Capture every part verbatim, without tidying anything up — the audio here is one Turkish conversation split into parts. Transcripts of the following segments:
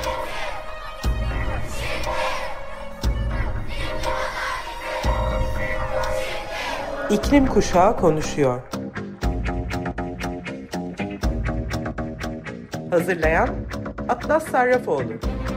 İklim Kuşağı konuşuyor. Hazırlayan Atlas Sarrafoğlu.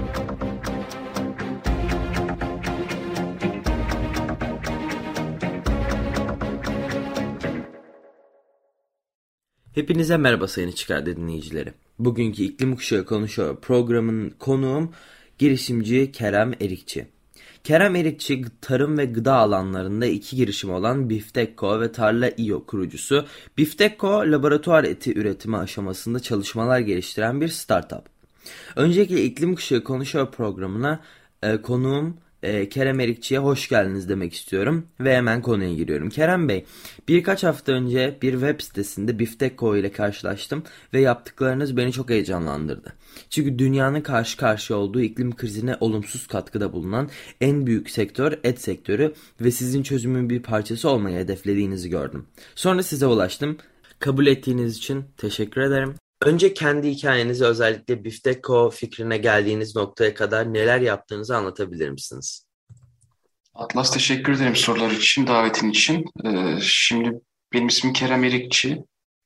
Hepinize merhaba sayın Açık Radyo dinleyicileri. Bugünkü İklim Kuşağı konuşuyor programın konuğum girişimci Kerem Erikçi. Kerem Erikçi, tarım ve gıda alanlarında iki girişimi olan Biftekko ve Tarla nokta io kurucusu. Biftekko, laboratuvar eti üretimi aşamasında çalışmalar geliştiren bir startup. Öncelikle İklim Kuşağı konuşuyor programına e, konuğum e, Kerem Erikçi'ye hoş geldiniz demek istiyorum ve hemen konuya giriyorum. Kerem Bey, birkaç hafta önce bir web sitesinde Biftekko ile karşılaştım ve yaptıklarınız beni çok heyecanlandırdı. Çünkü dünyanın karşı karşıya olduğu iklim krizine olumsuz katkıda bulunan en büyük sektör et sektörü ve sizin çözümün bir parçası olmayı hedeflediğinizi gördüm. Sonra size ulaştım. Kabul ettiğiniz için teşekkür ederim. Önce kendi hikayenizi, özellikle Biftekko fikrine geldiğiniz noktaya kadar neler yaptığınızı anlatabilir misiniz? Atlas, teşekkür ederim sorular için, davetin için. Ee, şimdi benim ismim Kerem Erikçi.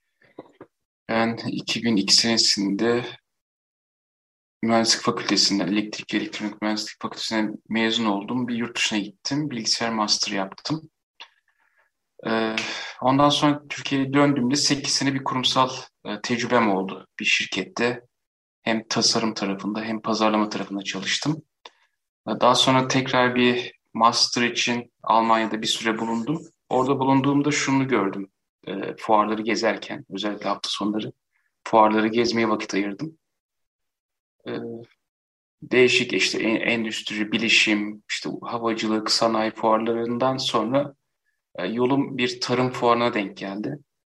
Ben iki bin iki senesinde Mühendislik Fakültesinden, Elektrik ve Elektronik Mühendislik Fakültesinden mezun oldum. Bir yurt dışına gittim. Bilgisayar master yaptım. Ee, ondan sonra Türkiye'ye döndüğümde sekiz sene bir kurumsal e, tecrübem oldu. Bir şirkette hem tasarım tarafında hem pazarlama tarafında çalıştım. Daha sonra tekrar bir master için Almanya'da bir süre bulundum. Orada bulunduğumda şunu gördüm. E, fuarları gezerken, özellikle hafta sonları fuarları gezmeye vakit ayırdım. E, değişik işte endüstri, bilişim, işte havacılık, sanayi fuarlarından sonra e, yolum bir tarım fuarına denk geldi.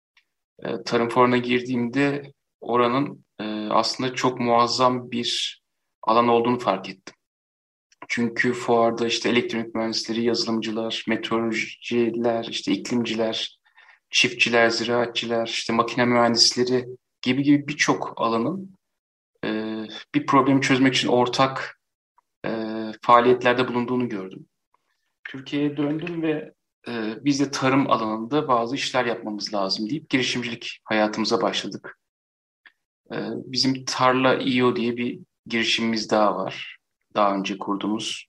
E, tarım fuarına girdiğimde oranın e, aslında çok muazzam bir alan olduğunu fark ettim. Çünkü fuarda işte elektronik mühendisleri, yazılımcılar, meteorolojiler, işte iklimciler, çiftçiler, ziraatçılar, işte makine mühendisleri gibi gibi birçok alanın e, bir problemi çözmek için ortak e, faaliyetlerde bulunduğunu gördüm. Türkiye'ye döndüm ve e, biz de tarım alanında bazı işler yapmamız lazım deyip girişimcilik hayatımıza başladık. E, bizim Tarla nokta io diye bir girişimimiz daha var. Daha önce kurduğumuz.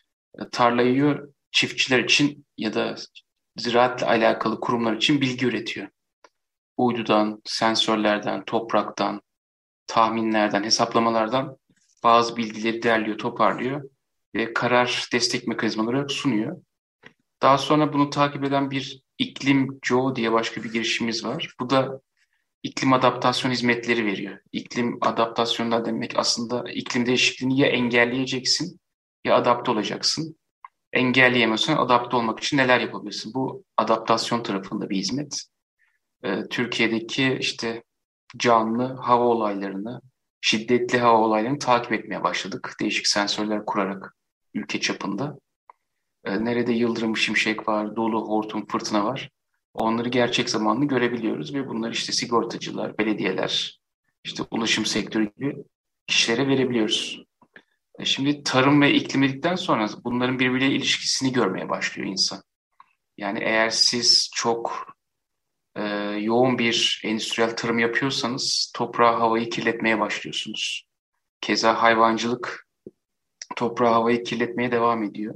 Tarlayı çiftçiler için ya da ziraatle alakalı kurumlar için bilgi üretiyor. Uydudan, sensörlerden, topraktan, tahminlerden, hesaplamalardan bazı bilgileri derliyor, toparlıyor ve karar destek mekanizmaları sunuyor. Daha sonra bunu takip eden bir İklim Joe diye başka bir girişimimiz var. Bu da iklim adaptasyon hizmetleri veriyor. İklim adaptasyonda demek aslında iklim değişikliğini ya engelleyeceksin ya adapte olacaksın. Engelleyemiyorsan adapte olmak için neler yapabilirsin? Bu adaptasyon tarafında bir hizmet. Ee, Türkiye'deki işte canlı hava olaylarını, şiddetli hava olaylarını takip etmeye başladık. Değişik sensörler kurarak ülke çapında. Ee, nerede yıldırım, şimşek var, dolu, hortum, fırtına var. Onları gerçek zamanlı görebiliyoruz ve bunları işte sigortacılar, belediyeler, işte ulaşım sektörü gibi kişilere verebiliyoruz. E Şimdi tarım ve iklim dedikten sonra bunların birbiriyle ilişkisini görmeye başlıyor insan. Yani eğer siz çok e, yoğun bir endüstriyel tarım yapıyorsanız toprağı, havayı kirletmeye başlıyorsunuz. Keza hayvancılık toprağı, havayı kirletmeye devam ediyor.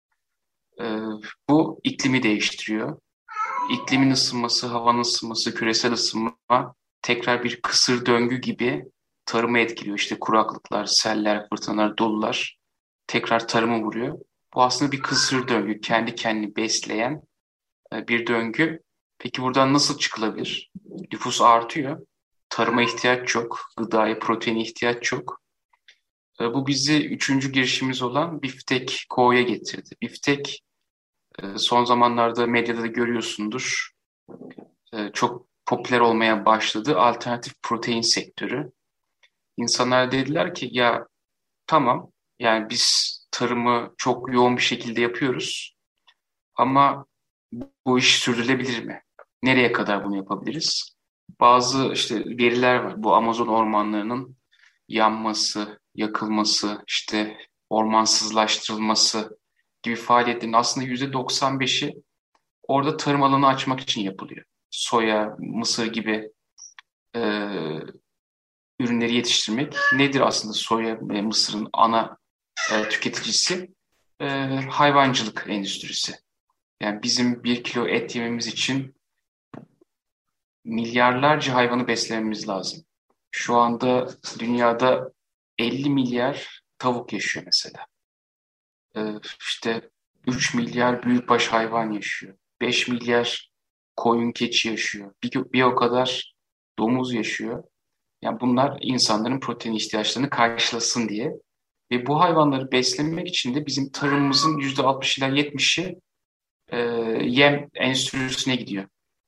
E, bu iklimi değiştiriyor. İklimin ısınması, havanın ısınması, küresel ısınma tekrar bir kısır döngü gibi tarımı etkiliyor. İşte kuraklıklar, seller, fırtınalar, dolular tekrar tarımı vuruyor. Bu aslında bir kısır döngü, kendi kendini besleyen e, bir döngü. Peki buradan nasıl çıkılabilir? Nüfus artıyor, tarıma ihtiyaç çok, gıdaya, proteine ihtiyaç çok. E, Bu bizi üçüncü girişimimiz olan Biftek Ko'ya getirdi. Biftek e, son zamanlarda medyada da görüyorsundur. E, Çok popüler olmaya başladı alternatif protein sektörü. İnsanlar dediler ki ya tamam, yani biz tarımı çok yoğun bir şekilde yapıyoruz ama bu iş sürdürülebilir mi? Nereye kadar bunu yapabiliriz? Bazı işte veriler var. Bu Amazon ormanlarının yanması, yakılması, işte ormansızlaştırılması gibi faaliyetlerin aslında yüzde doksan beşi orada tarım alanı açmak için yapılıyor. Soya, mısır gibi e, ürünleri yetiştirmek. Nedir aslında soya ve mısırın ana e, tüketicisi? E, hayvancılık endüstrisi. Yani bizim bir kilo et yememiz için milyarlarca hayvanı beslememiz lazım. Şu anda dünyada elli milyar tavuk yaşıyor mesela. Ee, işte üç milyar büyükbaş hayvan yaşıyor. beş milyar koyun keçi yaşıyor. Bir, bir o kadar domuz yaşıyor. Yani bunlar insanların protein ihtiyaçlarını karşılasın diye. Ve bu hayvanları beslemek için de bizim tarımımızın yüzde altmış ila yetmişi e, yem endüstrisine gidiyor.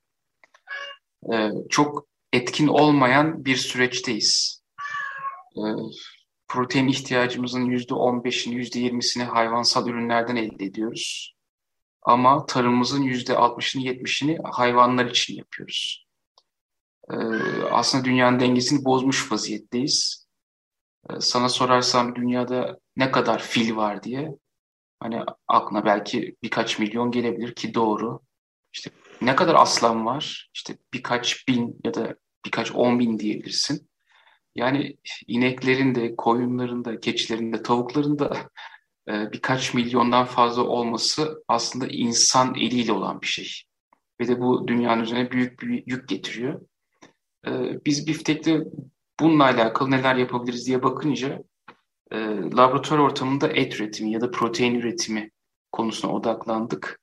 E, çok etkin olmayan bir süreçteyiz. E, Protein ihtiyacımızın yüzde on beşini, yüzde yirmisini hayvansal ürünlerden elde ediyoruz. Ama tarımımızın yüzde altmışını, yetmişini hayvanlar için yapıyoruz. E, Aslında dünyanın dengesini bozmuş vaziyetteyiz. E, sana sorarsam dünyada ne kadar fil var diye, hani aklına belki birkaç milyon gelebilir ki doğru. İşte ne kadar aslan var? İşte birkaç bin ya da birkaç on bin diyebilirsin. Yani ineklerin de, koyunların da, keçilerin de, tavukların da e, birkaç milyondan fazla olması aslında insan eliyle olan bir şey. Ve de bu dünyanın üzerine büyük bir yük getiriyor. E, biz Biftek'te bununla alakalı neler yapabiliriz diye bakınca e, laboratuvar ortamında et üretimi ya da protein üretimi konusuna odaklandık.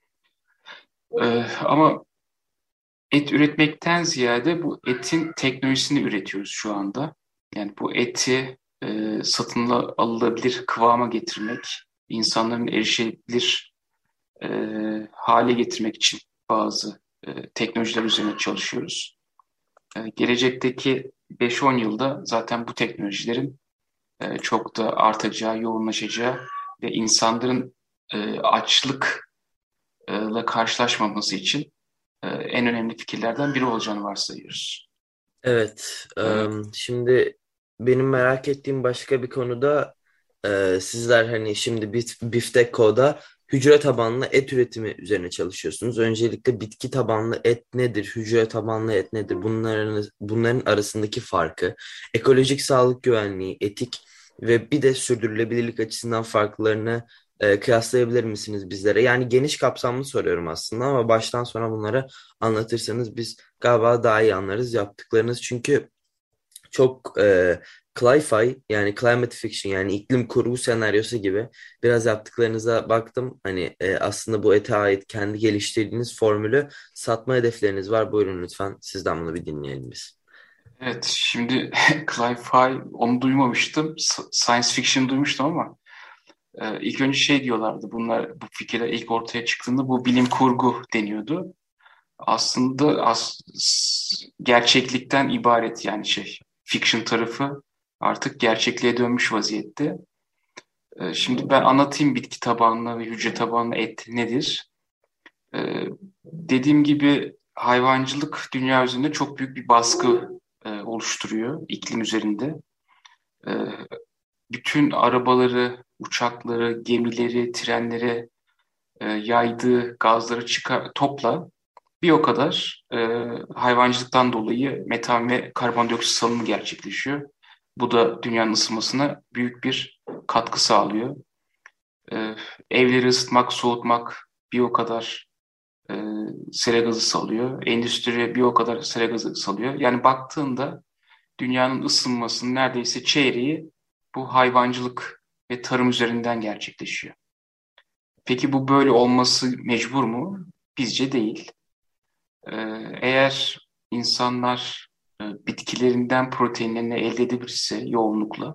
E, ama et üretmekten ziyade bu etin teknolojisini üretiyoruz şu anda. Yani bu eti e, satın alınabilir kıvama getirmek, insanların erişebilir e, hale getirmek için bazı e, teknolojiler üzerine çalışıyoruz. E, gelecekteki beş on yılda zaten bu teknolojilerin e, çok da artacağı, yoğunlaşacağı ve insanların e, açlıkla karşılaşmaması için e, en önemli fikirlerden biri olacağını varsayıyoruz. Evet, E, em, şimdi benim merak ettiğim başka bir konuda e, sizler hani şimdi Bif- Bifteko'da hücre tabanlı et üretimi üzerine çalışıyorsunuz. Öncelikle bitki tabanlı et nedir, hücre tabanlı et nedir? Bunların bunların arasındaki farkı, ekolojik sağlık güvenliği, etik ve bir de sürdürülebilirlik açısından farklarını e, kıyaslayabilir misiniz bizlere? Yani geniş kapsamlı soruyorum aslında ama baştan sona bunları anlatırsanız biz galiba daha iyi anlarız yaptıklarınız. Çünkü çok e, cli-fi yani climate fiction yani iklim kurgu senaryosu gibi biraz yaptıklarınıza baktım. Hani e, aslında bu ete ait kendi geliştirdiğiniz formülü satma hedefleriniz var. Buyurun lütfen sizden bunu bir dinleyelim biz. evet, şimdi Cli-Fi onu duymamıştım. S- Science fiction duymuştum ama e, ilk önce şey diyorlardı. Bunlar bu fikirler ilk ortaya çıktığında bu bilim kurgu deniyordu. Aslında as, s- gerçeklikten ibaret yani şey. Fiction tarafı artık gerçekliğe dönmüş vaziyette. E, şimdi ben anlatayım bitki tabanlı ve hücre tabanlı et nedir? E, Dediğim gibi hayvancılık dünya üzerinde çok büyük bir baskı e, oluşturuyor iklim üzerinde. E, Bütün arabaları, uçakları, gemileri, trenleri, e, yaydığı gazları çıkar, topla. Bir o kadar e, hayvancılıktan dolayı metan ve karbondioksit salımı gerçekleşiyor. Bu da dünyanın ısınmasına büyük bir katkı sağlıyor. E, Evleri ısıtmak, soğutmak bir o kadar e, sera gazı salıyor. Endüstriye bir o kadar sera gazı salıyor. Yani baktığında dünyanın ısınmasının neredeyse çeyreği bu hayvancılık ve tarım üzerinden gerçekleşiyor. Peki bu böyle olması mecbur mu? Bizce değil. Ee, Eğer insanlar e, bitkilerinden proteinlerini elde edebilirse yoğunlukla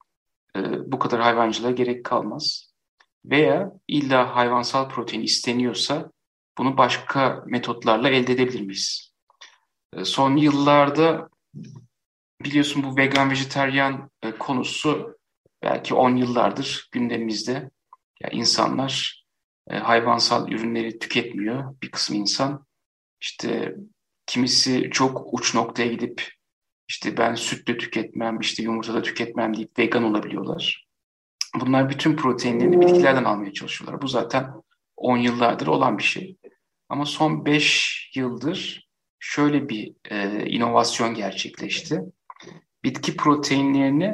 e, bu kadar hayvancılığa gerek kalmaz. Veya illa hayvansal protein isteniyorsa bunu başka metotlarla elde edebilir miyiz? E, Son yıllarda biliyorsun bu vegan vejetaryen e, konusu belki on yıllardır gündemimizde. Ya insanlar e, hayvansal ürünleri tüketmiyor bir kısım insan. İşte kimisi çok uç noktaya gidip İşte ben sütle tüketmem, işte yumurtada tüketmem deyip vegan olabiliyorlar. Bunlar bütün proteinlerini bitkilerden almaya çalışıyorlar. Bu zaten on yıllardır olan bir şey. Ama son beş yıldır şöyle bir e, inovasyon gerçekleşti. Bitki proteinlerini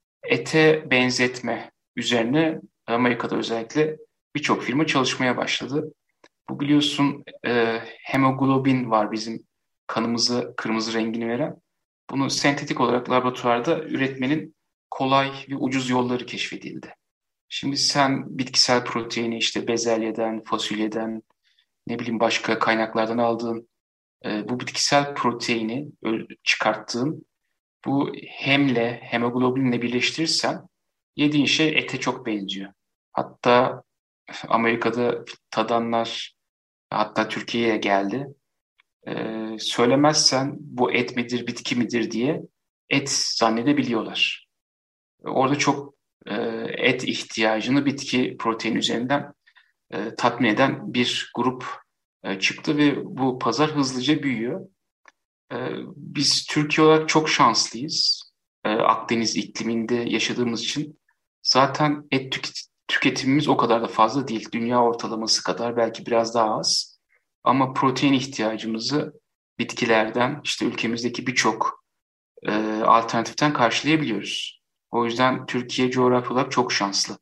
ete benzetme üzerine Amerika'da özellikle birçok firma çalışmaya başladı. Bu biliyorsun e, hemoglobin var bizim kanımızı kırmızı rengini veren. Bunu sentetik olarak laboratuvarda üretmenin kolay ve ucuz yolları keşfedildi. Şimdi sen bitkisel proteini işte bezelyeden, fasulyeden, ne bileyim başka kaynaklardan aldığın e, bu bitkisel proteini ö- çıkarttığın bu hemle, hemoglobinle birleştirirsen yediğin şey ete çok benziyor. Hatta Amerika'da tadanlar hatta Türkiye'ye geldi. Ee, söylemezsen bu et midir, bitki midir diye et zannedebiliyorlar. Orada çok e, et ihtiyacını bitki protein üzerinden e, tatmin eden bir grup e, çıktı ve bu pazar hızlıca büyüyor. E, Biz Türkiye olarak çok şanslıyız. E, Akdeniz ikliminde yaşadığımız için. Zaten et tüket- tüketimimiz o kadar da fazla değil. Dünya ortalaması kadar belki biraz daha az. Ama protein ihtiyacımızı bitkilerden, işte ülkemizdeki birçok e, alternatiften karşılayabiliyoruz. O yüzden Türkiye coğrafi olarak çok şanslı.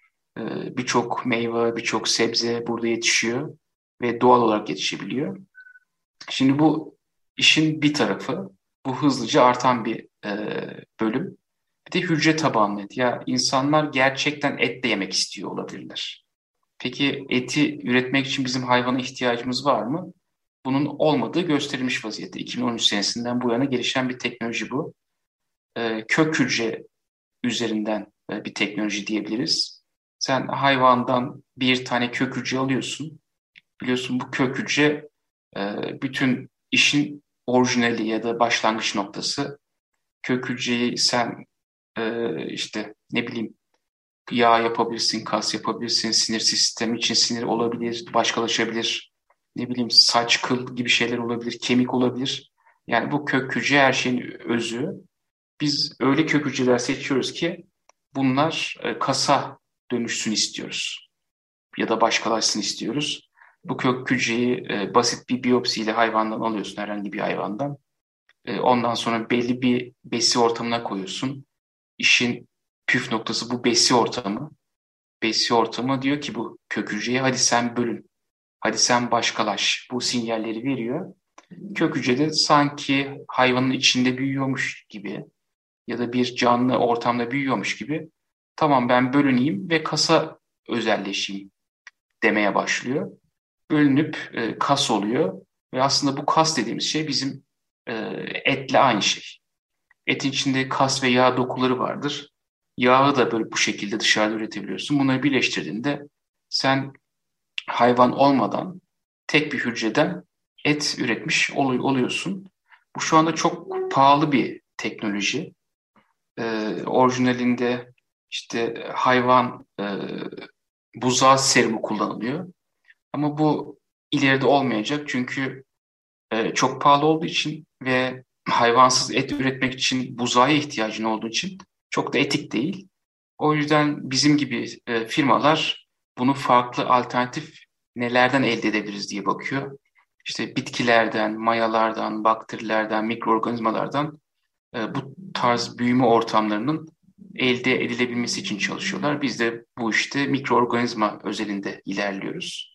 E, birçok meyve, birçok sebze burada yetişiyor ve doğal olarak yetişebiliyor. Şimdi bu işin bir tarafı, bu hızlıca artan bir e, bölüm. Bir de hücre tabanlı et. Ya insanlar gerçekten et de yemek istiyor olabilirler. Peki eti üretmek için bizim hayvana ihtiyacımız var mı? Bunun olmadığı gösterilmiş vaziyette. iki bin on üç senesinden bu yana gelişen bir teknoloji bu. E, kök hücre üzerinden e, bir teknoloji diyebiliriz. Sen hayvandan bir tane kök hücre alıyorsun. Biliyorsun bu kök hücre e, bütün işin orijinali ya da başlangıç noktası. Kök hücreyi sen e, işte ne bileyim yağ yapabilirsin, kas yapabilirsin, sinir sistemi için sinir olabilir, başkalaşabilir. Ne bileyim saç, kıl gibi şeyler olabilir, kemik olabilir. Yani bu kök hücre her şeyin özü. Biz öyle kök hücreler seçiyoruz ki bunlar e, kasa dönüşsün istiyoruz ya da başkalaşsın istiyoruz. Bu kök hücreyi e, basit bir biyopsiyle hayvandan alıyorsun, herhangi bir hayvandan. E, ondan sonra belli bir besi ortamına koyuyorsun. İşin püf noktası bu besi ortamı. Besi ortamı diyor ki bu kök hücreye hadi sen bölün, hadi sen başkalaş. Bu sinyalleri veriyor. Kök hücrede sanki hayvanın içinde büyüyormuş gibi ya da bir canlı ortamda büyüyormuş gibi tamam ben bölüneyim ve kasa özelleşeyim demeye başlıyor. Bölünüp e, kas oluyor ve aslında bu kas dediğimiz şey bizim e, etle aynı şey. Etin içinde kas ve yağ dokuları vardır. Yağı da böyle bu şekilde dışarıda üretebiliyorsun. Bunları birleştirdiğinde sen hayvan olmadan tek bir hücreden et üretmiş ol- oluyorsun. Bu şu anda çok pahalı bir teknoloji. Ee, orijinalinde işte hayvan e, buzağı serumu kullanılıyor. Ama bu ileride olmayacak çünkü e, çok pahalı olduğu için ve hayvansız et üretmek için buzağa ihtiyacın olduğu için çok da etik değil. O yüzden bizim gibi e, firmalar bunu farklı alternatif nelerden elde edebiliriz diye bakıyor. İşte bitkilerden, mayalardan, bakterilerden, mikroorganizmalardan e, bu tarz büyüme ortamlarının elde edilebilmesi için çalışıyorlar. Biz de bu işte mikroorganizma özelinde ilerliyoruz.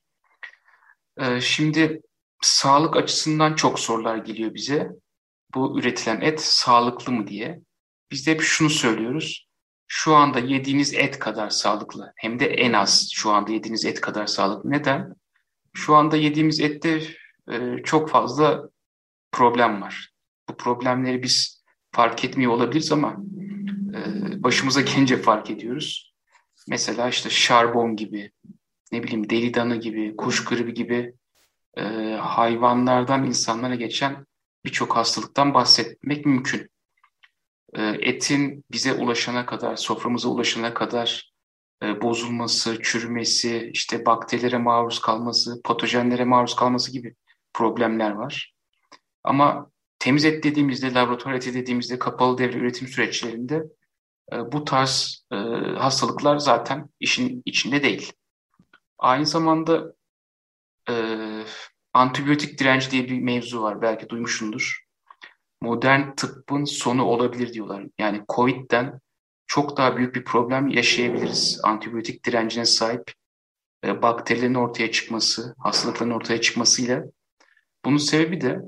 E, şimdi sağlık açısından çok sorular geliyor bize. Bu üretilen et sağlıklı mı diye. Biz de hep şunu söylüyoruz. Şu anda yediğiniz et kadar sağlıklı. Hem de en az şu anda yediğiniz et kadar sağlıklı. Neden? Şu anda yediğimiz ette e, çok fazla problem var. Bu problemleri biz fark etmiyor olabiliriz ama e, başımıza gelince fark ediyoruz. Mesela işte şarbon gibi, ne bileyim deli danı gibi, kuş gribi gibi e, hayvanlardan insanlara geçen birçok hastalıktan bahsetmek mümkün. E, etin bize ulaşana kadar, soframıza ulaşana kadar e, bozulması, çürümesi, işte bakterilere maruz kalması, patojenlere maruz kalması gibi problemler var. Ama temiz et dediğimizde, laboratuvar eti dediğimizde kapalı devre üretim süreçlerinde e, bu tarz e, hastalıklar zaten işin içinde değil. Aynı zamanda e, antibiyotik direnci diye bir mevzu var. Belki duymuşsundur. Modern tıbbın sonu olabilir diyorlar. Yani Covid'den çok daha büyük bir problem yaşayabiliriz. Antibiyotik direncine sahip e, bakterilerin ortaya çıkması, hastalıkların ortaya çıkmasıyla. Bunun sebebi de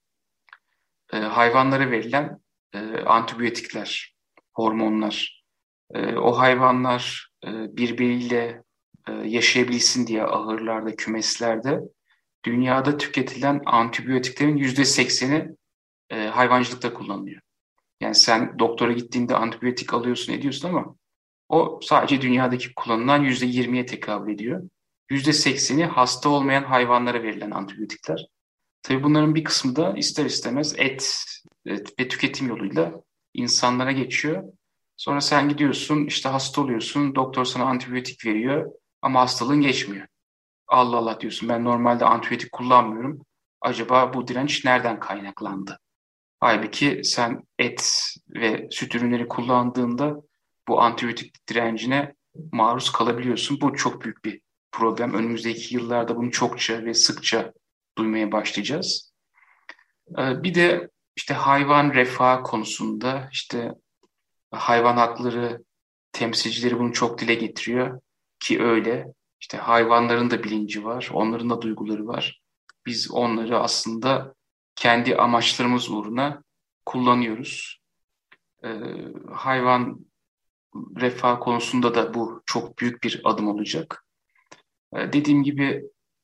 e, hayvanlara verilen e, antibiyotikler, hormonlar. E, o hayvanlar e, birbiriyle e, yaşayabilsin diye ahırlarda, kümeslerde dünyada tüketilen antibiyotiklerin yüzde sekseni e, hayvancılıkta kullanılıyor. Yani sen doktora gittiğinde antibiyotik alıyorsun, ediyorsun ama o sadece dünyadaki kullanılan yüzde yirmiye tekabül ediyor. Yüzde sekseni hasta olmayan hayvanlara verilen antibiyotikler. Tabii bunların bir kısmı da ister istemez et, et ve tüketim yoluyla insanlara geçiyor. Sonra sen gidiyorsun, işte hasta oluyorsun, doktor sana antibiyotik veriyor ama hastalığın geçmiyor. Allah Allah diyorsun, ben normalde antibiyotik kullanmıyorum. Acaba bu direnç nereden kaynaklandı? Halbuki sen et ve süt ürünleri kullandığında bu antibiyotik direncine maruz kalabiliyorsun. Bu çok büyük bir problem. Önümüzdeki yıllarda bunu çokça ve sıkça duymaya başlayacağız. Ee, Bir de işte hayvan refahı konusunda işte hayvan hakları temsilcileri bunu çok dile getiriyor ki öyle. İşte hayvanların da bilinci var, onların da duyguları var. Biz onları aslında kendi amaçlarımız uğruna kullanıyoruz. Ee, hayvan refah konusunda da bu çok büyük bir adım olacak. Ee, dediğim gibi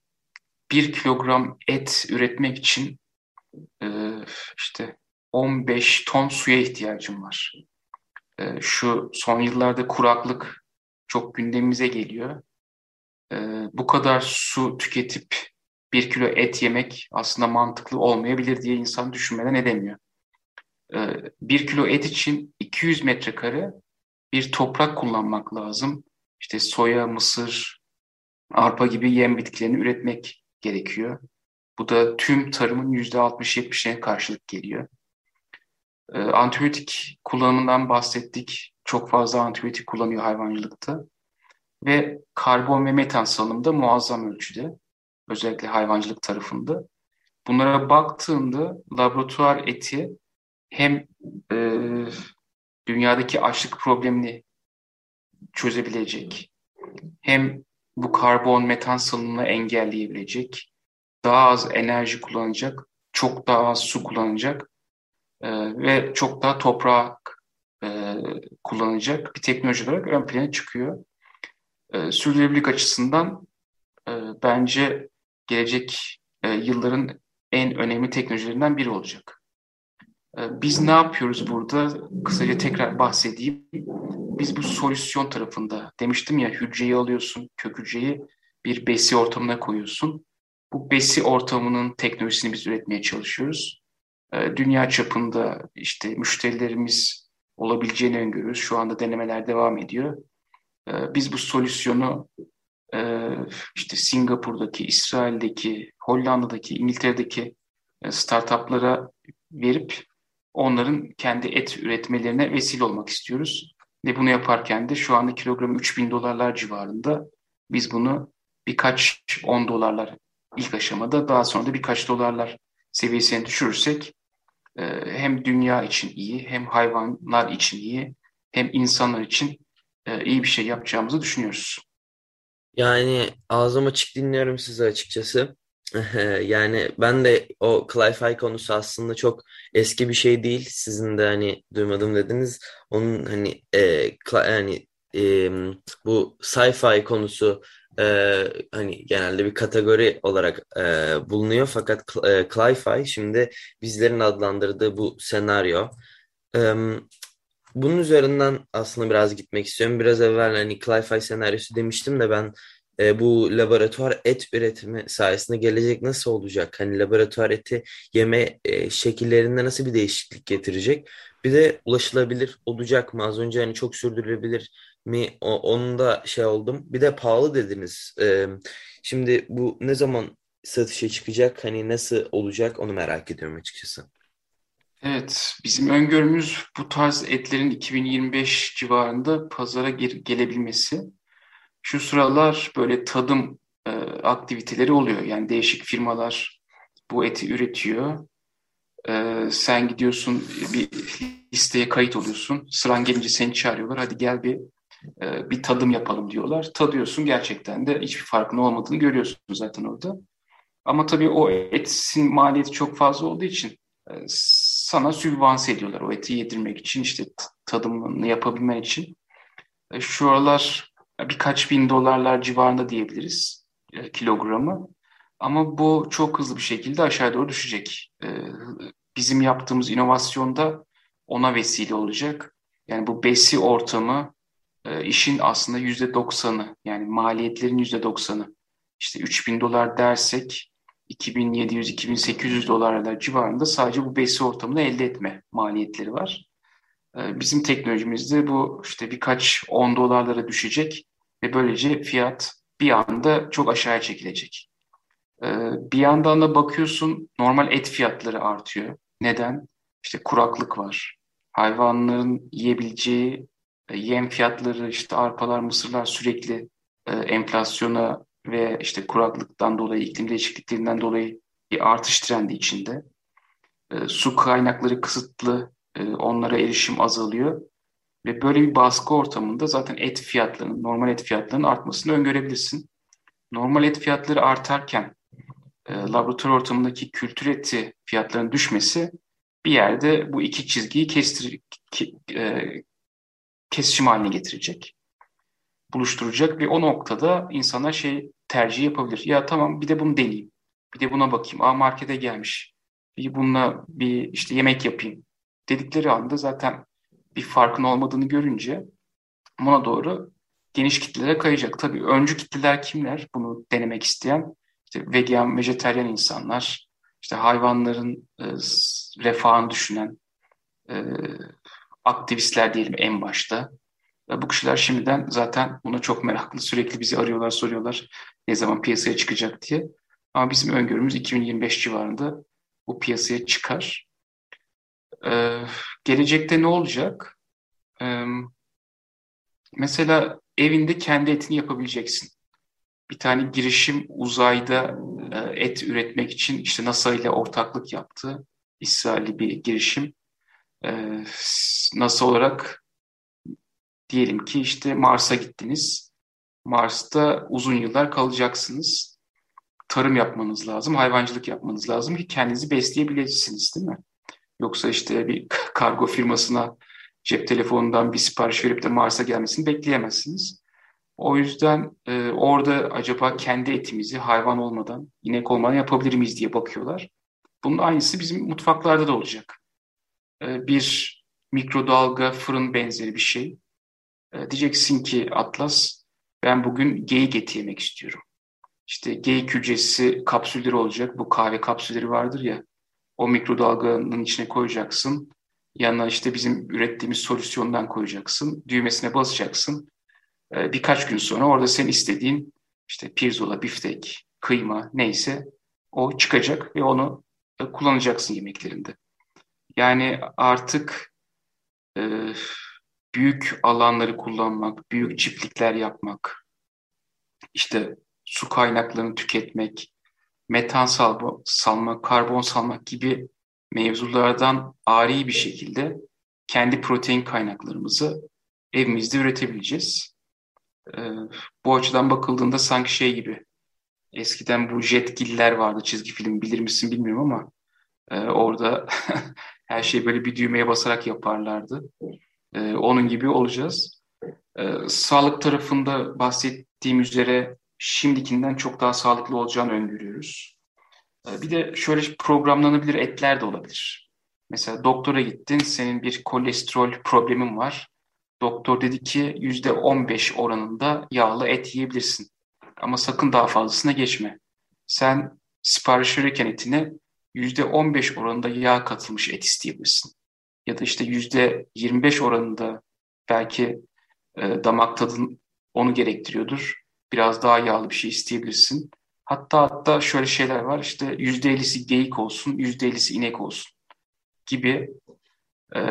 bir kilogram et üretmek için e, işte on beş ton suya ihtiyacım var. E, şu son yıllarda kuraklık çok gündemimize geliyor. E, bu kadar su tüketip bir kilo et yemek aslında mantıklı olmayabilir diye insan düşünmeden edemiyor. E, bir kilo et için iki yüz metrekare bir toprak kullanmak lazım. İşte soya, mısır, arpa gibi yem bitkilerini üretmek gerekiyor. Bu da tüm tarımın yüzde altmış yetmişine karşılık geliyor. E, antibiyotik kullanımından bahsettik. Çok fazla antibiyotik kullanıyor hayvancılıkta. Ve karbon ve metan salınımı da muazzam ölçüde. Özellikle hayvancılık tarafında. Bunlara baktığında laboratuvar eti hem e, dünyadaki açlık problemini çözebilecek, hem bu karbon metan salınımını engelleyebilecek, daha az enerji kullanacak, çok daha az su kullanacak e, ve çok daha toprak e, kullanacak bir teknoloji olarak ön plana çıkıyor. E, sürdürülebilirlik açısından e, bence gelecek e, yılların en önemli teknolojilerinden biri olacak. E, biz ne yapıyoruz burada? Kısaca tekrar bahsedeyim. Biz bu solüsyon tarafında demiştim ya, hücreyi alıyorsun, kök hücreyi bir besi ortamına koyuyorsun. Bu besi ortamının teknolojisini biz üretmeye çalışıyoruz. E, dünya çapında işte müşterilerimiz olabileceğini öngörüyoruz. Şu anda denemeler devam ediyor. E, biz bu solüsyonu e, işte Singapur'daki, İsrail'deki, Hollanda'daki, İngiltere'deki e, startuplara verip onların kendi et üretmelerine vesile olmak istiyoruz. Ve bunu yaparken de şu anda kilogramı üç bin dolarlar civarında. Biz bunu birkaç on dolarlar ilk aşamada, daha sonra da birkaç dolarlar seviyesine düşürürsek e, hem dünya için iyi, hem hayvanlar için iyi, hem insanlar için e, iyi bir şey yapacağımızı düşünüyoruz. Yani ağzım açık dinliyorum sizi açıkçası. Yani ben de o Cli-Fi konusu aslında çok eski bir şey değil. Sizin de hani duymadım dediniz. Onun hani e, Cli- yani e, bu sci-fi konusu e, hani genelde bir kategori olarak e, bulunuyor. Fakat Cl- e, Cli-Fi şimdi bizlerin adlandırdığı bu senaryo. E, Bunun üzerinden aslında biraz gitmek istiyorum. Biraz evvel hani Cli-Fi senaryosu demiştim de ben e, bu laboratuvar et üretimi sayesinde gelecek nasıl olacak? Hani laboratuvar eti yeme e, şekillerinde nasıl bir değişiklik getirecek? Bir de ulaşılabilir olacak mı? Az önce hani çok sürdürülebilir mi? O, onun da şey oldum. Bir de pahalı dediniz. E, şimdi bu ne zaman satışa çıkacak? Hani nasıl olacak? Onu merak ediyorum açıkçası. Evet, bizim öngörümüz bu tarz etlerin iki bin yirmi beş civarında pazara ge- gelebilmesi. Şu sıralar böyle tadım e, aktiviteleri oluyor. Yani değişik firmalar bu eti üretiyor. E, sen gidiyorsun bir listeye kayıt oluyorsun. Sıran gelince seni çağırıyorlar. Hadi gel bir e, bir tadım yapalım diyorlar. Tadıyorsun, gerçekten de hiçbir farkın olmadığını görüyorsun zaten orada. Ama tabii o etin maliyeti çok fazla olduğu için e, sana sübvanse ediyorlar o eti yedirmek için, işte t- tadımını yapabilmen için. E, Şu aralar birkaç bin dolarlar civarında diyebiliriz e, kilogramı. Ama bu çok hızlı bir şekilde aşağı doğru düşecek. E, Bizim yaptığımız inovasyonda ona vesile olacak. Yani bu besi ortamı e, işin aslında yüzde doksanı, yani maliyetlerin yüzde doksanı. İşte üç bin dolar dersek iki bin yedi yüz iki bin sekiz yüz dolarlar civarında sadece bu besi ortamını elde etme maliyetleri var. E, Bizim teknolojimizde bu işte birkaç on dolarlara düşecek ve böylece fiyat bir anda çok aşağıya çekilecek. E, Bir yandan da bakıyorsun normal et fiyatları artıyor. Neden? İşte kuraklık var. Hayvanların yiyebileceği e, yem fiyatları, işte arpalar, mısırlar sürekli e, enflasyona ve işte kuraklıktan dolayı, iklim değişikliklerinden dolayı bir artış trendi içinde. E, su kaynakları kısıtlı, e, onlara erişim azalıyor. Ve böyle bir baskı ortamında zaten et fiyatlarının, normal et fiyatlarının artmasını öngörebilirsin. Normal et fiyatları artarken e, laboratuvar ortamındaki kültür eti fiyatlarının düşmesi bir yerde bu iki çizgiyi kestir, ki- e, kesişim haline getirecek, buluşturacak ve o noktada insanlar şey tercih yapabilir. Ya tamam, bir de bunu deneyeyim. Bir de buna bakayım. Aa, markete gelmiş. Bir bununla bir işte yemek yapayım dedikleri anda zaten bir farkın olmadığını görünce buna doğru geniş kitlelere kayacak. Tabii öncü kitleler kimler? Bunu denemek isteyen işte vegan, vejetaryen insanlar, işte hayvanların e, refahını düşünen e, aktivistler diyelim en başta. Ve bu kişiler şimdiden zaten buna çok meraklı. Sürekli bizi arıyorlar, soruyorlar ne zaman piyasaya çıkacak diye. Ama bizim öngörümüz iki bin yirmi beş civarında bu piyasaya çıkar. Ee, Gelecekte ne olacak? Ee, Mesela evinde kendi etini yapabileceksin. Bir tane girişim uzayda e, et üretmek için işte NASA ile ortaklık yaptı. İsrailli bir girişim. Ee, NASA olarak diyelim ki işte Mars'a gittiniz. Mars'ta uzun yıllar kalacaksınız. Tarım yapmanız lazım, hayvancılık yapmanız lazım ki kendinizi besleyebilirsiniz, değil mi? Yoksa işte bir kargo firmasına cep telefonundan bir sipariş verip de Mars'a gelmesini bekleyemezsiniz. O yüzden e, orada acaba kendi etimizi hayvan olmadan, inek olmadan yapabilir miyiz diye bakıyorlar. Bunun aynısı bizim mutfaklarda da olacak. E, bir mikrodalga fırın benzeri bir şey. E, diyeceksin ki Atlas, ben bugün geyik eti yemek istiyorum. İşte geyik hücresi kapsülleri olacak. Bu kahve kapsülleri vardır ya. O mikrodalganın içine koyacaksın. Yanına işte bizim ürettiğimiz solüsyondan koyacaksın. Düğmesine basacaksın. Ee, birkaç gün sonra orada senin istediğin işte pirzola, biftek, kıyma neyse o çıkacak ve onu e, kullanacaksın yemeklerinde. Yani artık e, büyük alanları kullanmak, büyük çiftlikler yapmak, işte su kaynaklarını tüketmek, metan salma, salmak, karbon salmak gibi mevzulardan ari bir şekilde kendi protein kaynaklarımızı evimizde üretebileceğiz. Ee, Bu açıdan bakıldığında sanki şey gibi, eskiden bu jetgiller vardı, çizgi film bilir misin bilmiyorum ama e, orada her şeyi böyle bir düğmeye basarak yaparlardı. Ee, onun gibi olacağız. Ee, sağlık tarafında bahsettiğim üzere şimdikinden çok daha sağlıklı olacağını öngörüyoruz. Ee, Bir de şöyle programlanabilir etler de olabilir. Mesela doktora gittin, senin bir kolesterol problemin var. Doktor dedi ki yüzde on beş oranında yağlı et yiyebilirsin. Ama sakın daha fazlasına geçme. Sen sipariş verirken etine yüzde on beş oranında yağ katılmış et isteyebilirsin. Ya da işte yüzde yirmi beş oranında belki e, damak tadın onu gerektiriyordur. Biraz daha yağlı bir şey isteyebilirsin. Hatta hatta şöyle şeyler var, işte yüzde ellisi geyik olsun, yüzde ellisi inek olsun gibi e,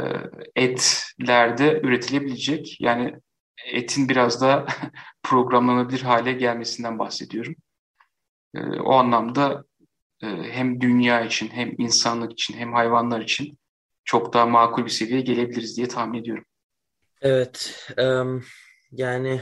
etler de üretilebilecek. Yani etin biraz da programlanabilir hale gelmesinden bahsediyorum. E, o anlamda e, hem dünya için hem insanlık için hem hayvanlar için çok daha makul bir seviyeye gelebiliriz diye tahmin ediyorum. Evet, em, yani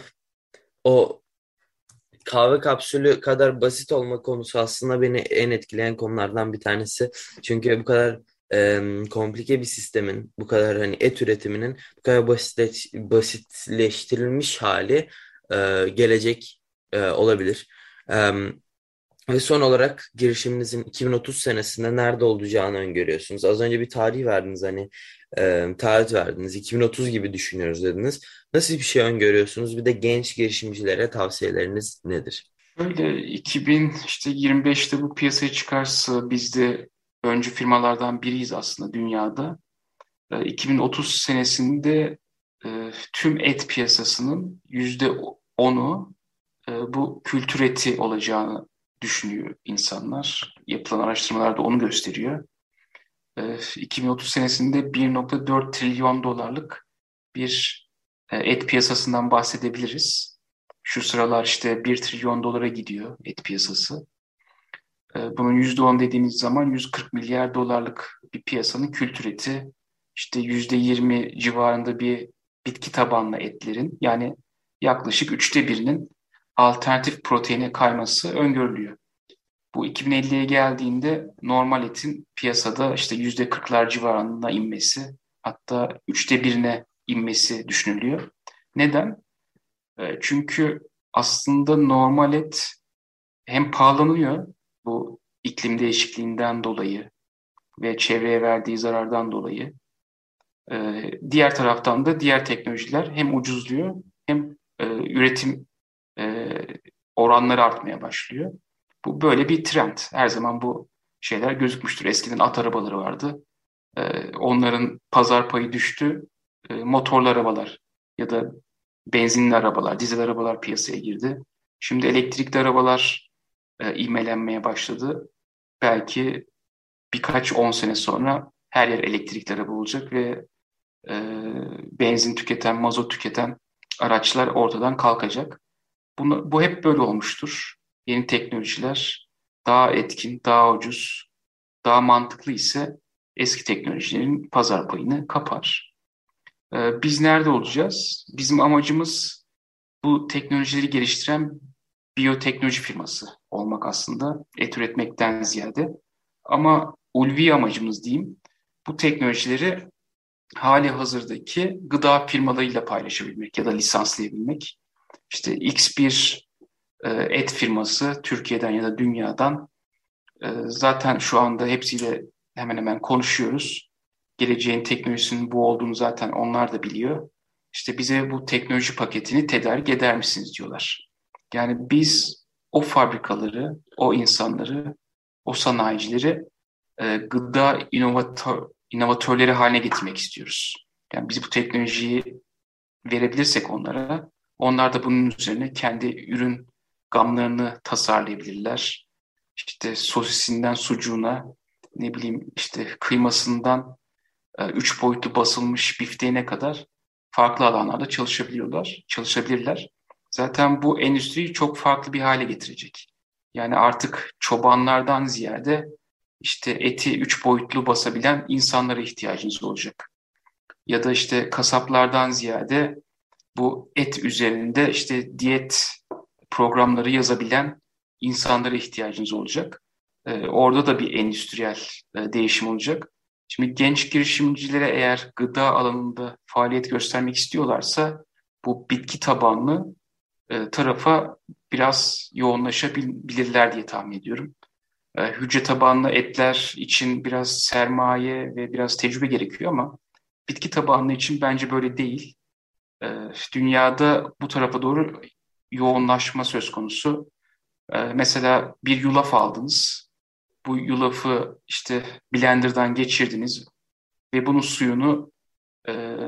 o kahve kapsülü kadar basit olma konusu aslında beni en etkileyen konulardan bir tanesi. Çünkü bu kadar em, komplike bir sistemin, bu kadar hani et üretiminin bu kadar basitleş, basitleştirilmiş hali e, gelecek e, olabilir. Em, Ve son olarak girişiminizin iki bin otuz senesinde nerede olacağını öngörüyorsunuz. Az önce bir tarih verdiniz, hani e, tarih verdiniz. iki bin otuz gibi düşünüyoruz dediniz. Nasıl bir şey öngörüyorsunuz? Bir de genç girişimcilere tavsiyeleriniz nedir? Böyle iki bin işte yirmi beşte bu piyasaya çıkarsa biz de öncü firmalardan biriyiz aslında dünyada. E, iki bin otuz senesinde e, tüm et piyasasının yüzde onu e, bu kültür eti olacağını düşünüyor insanlar. Yapılan araştırmalar da onu gösteriyor. E, iki bin otuz senesinde bir nokta dört trilyon dolarlık bir e, et piyasasından bahsedebiliriz. Şu sıralar işte bir trilyon dolara gidiyor et piyasası. E, bunun yüzde on dediğimiz zaman yüz kırk milyar dolarlık bir piyasanın kültür eti, işte yüzde yirmi civarında bir bitki tabanlı etlerin, yani yaklaşık üçte birinin alternatif proteine kayması öngörülüyor. Bu iki bin elliye geldiğinde normal etin piyasada işte yüzde kırklar civarında inmesi, hatta üçte birine inmesi düşünülüyor. Neden? E, çünkü aslında normal et hem pahalanıyor bu iklim değişikliğinden dolayı ve çevreye verdiği zarardan dolayı. Ee, diğer taraftan da diğer teknolojiler hem ucuzluyor hem e, üretim e, oranları artmaya başlıyor. Bu böyle bir trend. Her zaman bu şeyler gözükmüştür. Eskiden at arabaları vardı. Ee, onların pazar payı düştü. Ee, motorlu arabalar ya da benzinli arabalar, dizel arabalar piyasaya girdi. Şimdi elektrikli arabalar e, ivmelenmeye başladı. Belki birkaç on sene sonra her yer elektrikli araba olacak ve e, benzin tüketen, mazot tüketen araçlar ortadan kalkacak. Bunu, bu hep böyle olmuştur. Yeni teknolojiler daha etkin, daha ucuz, daha mantıklı ise eski teknolojilerin pazar payını kapar. E, biz nerede olacağız? Bizim amacımız bu teknolojileri geliştiren biyoteknoloji firması olmak aslında, et üretmekten ziyade. Ama ulvi amacımız diyeyim, bu teknolojileri hali hazırdaki gıda firmalarıyla paylaşabilmek ya da lisanslayabilmek. İşte X bir e, et firması Türkiye'den ya da dünyadan e, zaten şu anda hepsiyle hemen hemen konuşuyoruz. Geleceğin teknolojisinin bu olduğunu zaten onlar da biliyor. İşte bize bu teknoloji paketini tedarik eder misiniz diyorlar. Yani biz o fabrikaları, o insanları, o sanayicileri e, gıda inovatör, inovatörleri haline getirmek istiyoruz. Yani biz bu teknolojiyi verebilirsek onlara, onlar da bunun üzerine kendi ürün gamlarını tasarlayabilirler. İşte sosisinden sucuğuna, ne bileyim işte kıymasından e, üç boyutlu basılmış bifteğine kadar farklı alanlarda çalışabiliyorlar, çalışabilirler. Zaten bu endüstriyi çok farklı bir hale getirecek. Yani artık çobanlardan ziyade işte eti üç boyutlu basabilen insanlara ihtiyacınız olacak. Ya da işte kasaplardan ziyade bu et üzerinde işte diyet programları yazabilen insanlara ihtiyacınız olacak. Ee, orada da bir endüstriyel e, değişim olacak. Şimdi genç girişimcilere eğer gıda alanında faaliyet göstermek istiyorlarsa bu bitki tabanlı e, tarafa biraz yoğunlaşabilirler diye tahmin ediyorum. E, hücre tabanlı etler için biraz sermaye ve biraz tecrübe gerekiyor ama bitki tabanlı için bence böyle değil. E, dünyada bu tarafa doğru yoğunlaşma söz konusu. E, mesela bir yulaf aldınız. Bu yulafı işte blenderdan geçirdiniz ve bunun suyunu e,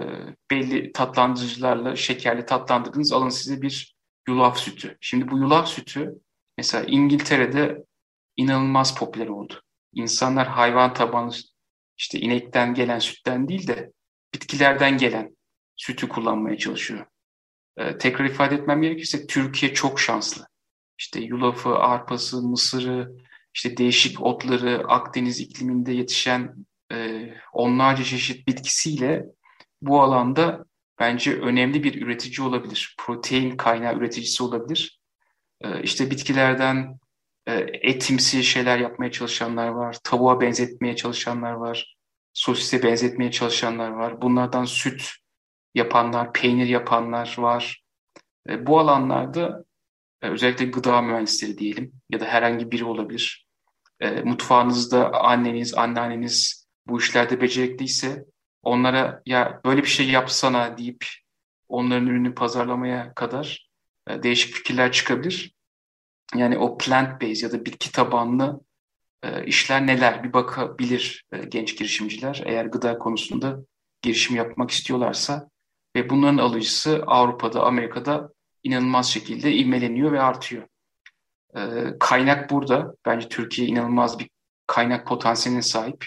belli tatlandırıcılarla şekerli tatlandırdınız. Alın size bir yulaf sütü. Şimdi bu yulaf sütü mesela İngiltere'de inanılmaz popüler oldu. İnsanlar hayvan tabanlı işte inekten gelen sütten değil de bitkilerden gelen sütü kullanmaya çalışıyor. Ee, tekrar ifade etmem gerekirse Türkiye çok şanslı. İşte yulafı, arpası, mısırı, işte değişik otları, Akdeniz ikliminde yetişen e, onlarca çeşit bitkisiyle bu alanda bence önemli bir üretici olabilir. Protein kaynağı üreticisi olabilir. E, işte bitkilerden e, etimsi şeyler yapmaya çalışanlar var. Tavuğa benzetmeye çalışanlar var. Sosise benzetmeye çalışanlar var. Bunlardan süt yapanlar, peynir yapanlar var. E, bu alanlarda e, özellikle gıda mühendisleri diyelim ya da herhangi biri olabilir. E, mutfağınızda anneniz, anneanneniz bu işlerde becerikliyse onlara ya böyle bir şey yapsana deyip onların ürünü pazarlamaya kadar e, değişik fikirler çıkabilir. Yani o plant-based ya da bitki tabanlı e, işler neler bir bakabilir e, genç girişimciler eğer gıda konusunda girişim yapmak istiyorlarsa ve bunların alıcısı Avrupa'da, Amerika'da inanılmaz şekilde ivmeleniyor ve artıyor. E, kaynak burada. Bence Türkiye inanılmaz bir kaynak potansiyeline sahip.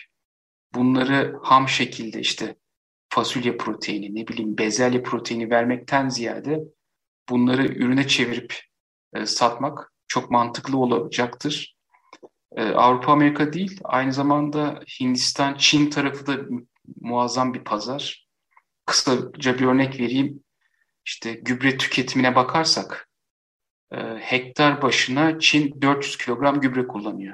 Bunları ham şekilde işte fasulye proteini, ne bileyim bezelye proteini vermekten ziyade bunları ürüne çevirip e, satmak çok mantıklı olacaktır. E, Avrupa Amerika değil, aynı zamanda Hindistan, Çin tarafı da muazzam bir pazar. Kısaca bir örnek vereyim. İşte gübre tüketimine bakarsak e, hektar başına Çin dört yüz kilogram gübre kullanıyor.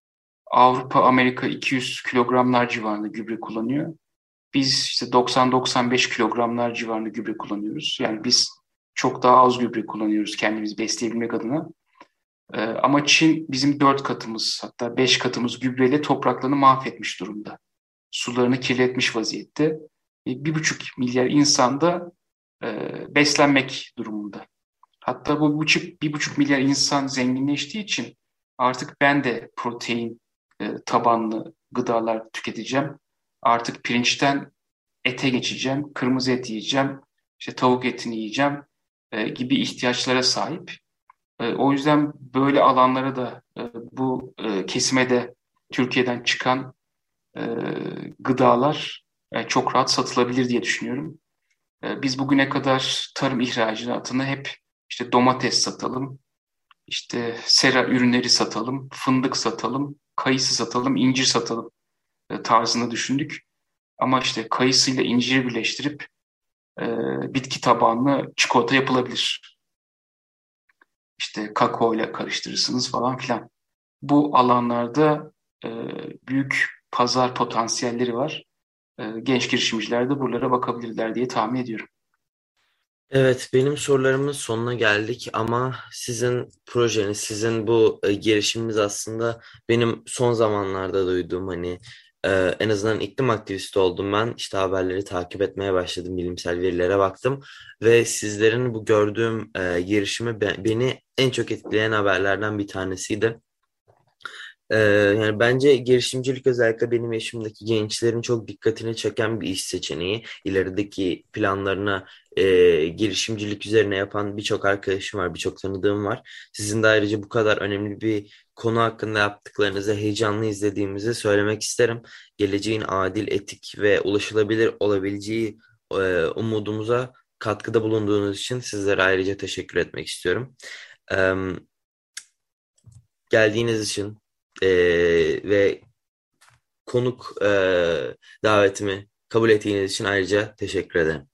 Avrupa, Amerika iki yüz kilogramlar civarında gübre kullanıyor. Biz işte doksan doksan beş kilogramlar civarında gübre kullanıyoruz. Yani biz çok daha az gübre kullanıyoruz kendimizi besleyebilmek adına. Ee, ama Çin bizim dört katımız hatta beş katımız gübreyle topraklarını mahvetmiş durumda. Sularını kirletmiş vaziyette. E, bir buçuk milyar insan da e, beslenmek durumunda. Hatta bu buçuk, bir buçuk milyar insan zenginleştiği için artık ben de protein e, tabanlı gıdalar tüketeceğim. Artık pirinçten ete geçeceğim, kırmızı et yiyeceğim, işte tavuk etini yiyeceğim e, gibi ihtiyaçlara sahip. E, o yüzden böyle alanlara da e, bu e, kesime de Türkiye'den çıkan e, gıdalar e, çok rahat satılabilir diye düşünüyorum. E, biz bugüne kadar tarım ihracatını hep işte domates satalım, işte sera ürünleri satalım, fındık satalım, kayısı satalım, incir satalım e, tarzını düşündük. Ama işte kayısıyla inciri birleştirip e, bitki tabanlı çikolata yapılabilir. İşte kakao ile karıştırırsınız falan filan. Bu alanlarda e, büyük pazar potansiyelleri var. E, genç girişimciler de buralara bakabilirler diye tahmin ediyorum. Evet, benim sorularımın sonuna geldik ama sizin projeniz, sizin bu e, girişiminiz aslında benim son zamanlarda duyduğum hani e, en azından iklim aktivisti oldum ben. İşte haberleri takip etmeye başladım, bilimsel verilere baktım ve sizlerin bu gördüğüm e, girişimi be- beni en çok etkileyen haberlerden bir tanesiydi. Ee, yani bence girişimcilik özellikle benim yaşımdaki gençlerin çok dikkatini çeken bir iş seçeneği. İlerideki planlarına e, girişimcilik üzerine yapan birçok arkadaşım var, birçok tanıdığım var. Sizin de ayrıca bu kadar önemli bir konu hakkında yaptıklarınızı heyecanlı izlediğimizi söylemek isterim. Geleceğin adil, etik ve ulaşılabilir olabileceği e, umudumuza katkıda bulunduğunuz için sizlere ayrıca teşekkür etmek istiyorum. Ee, Geldiğiniz için e, ve konuk e, davetimi kabul ettiğiniz için ayrıca teşekkür ederim.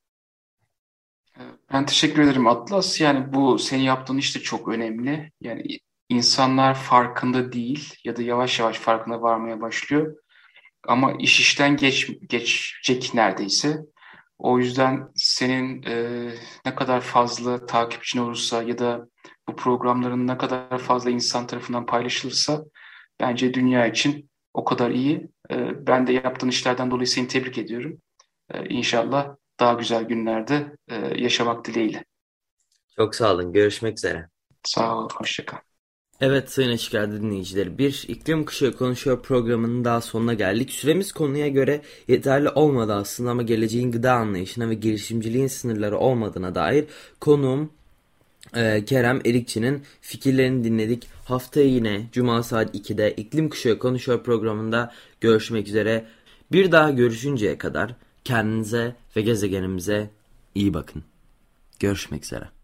Ben teşekkür ederim Atlas. Yani bu senin yaptığın iş de çok önemli. Yani insanlar farkında değil ya da yavaş yavaş farkına varmaya başlıyor. Ama iş işten geç, geçecek neredeyse. O yüzden senin e, ne kadar fazla takipçin olursa ya da bu programların ne kadar fazla insan tarafından paylaşılırsa bence dünya için o kadar iyi. E, ben de yaptığın işlerden dolayı seni tebrik ediyorum. E, İnşallah daha güzel günlerde e, yaşamak dileğiyle. Çok sağ olun. Görüşmek üzere. Sağ ol, hoşça kal. Evet sayın Açık Radyo dinleyicileri, bir İklim Kuşağı Konuşuyor programının daha sonuna geldik. Süremiz konuya göre yeterli olmadı aslında ama geleceğin gıda anlayışına ve girişimciliğin sınırları olmadığına dair konuğum e, Kerem Erikçi'nin fikirlerini dinledik. Haftaya yine Cuma saat ikide İklim Kuşağı Konuşuyor programında görüşmek üzere. Bir daha görüşünceye kadar kendinize ve gezegenimize iyi bakın. Görüşmek üzere.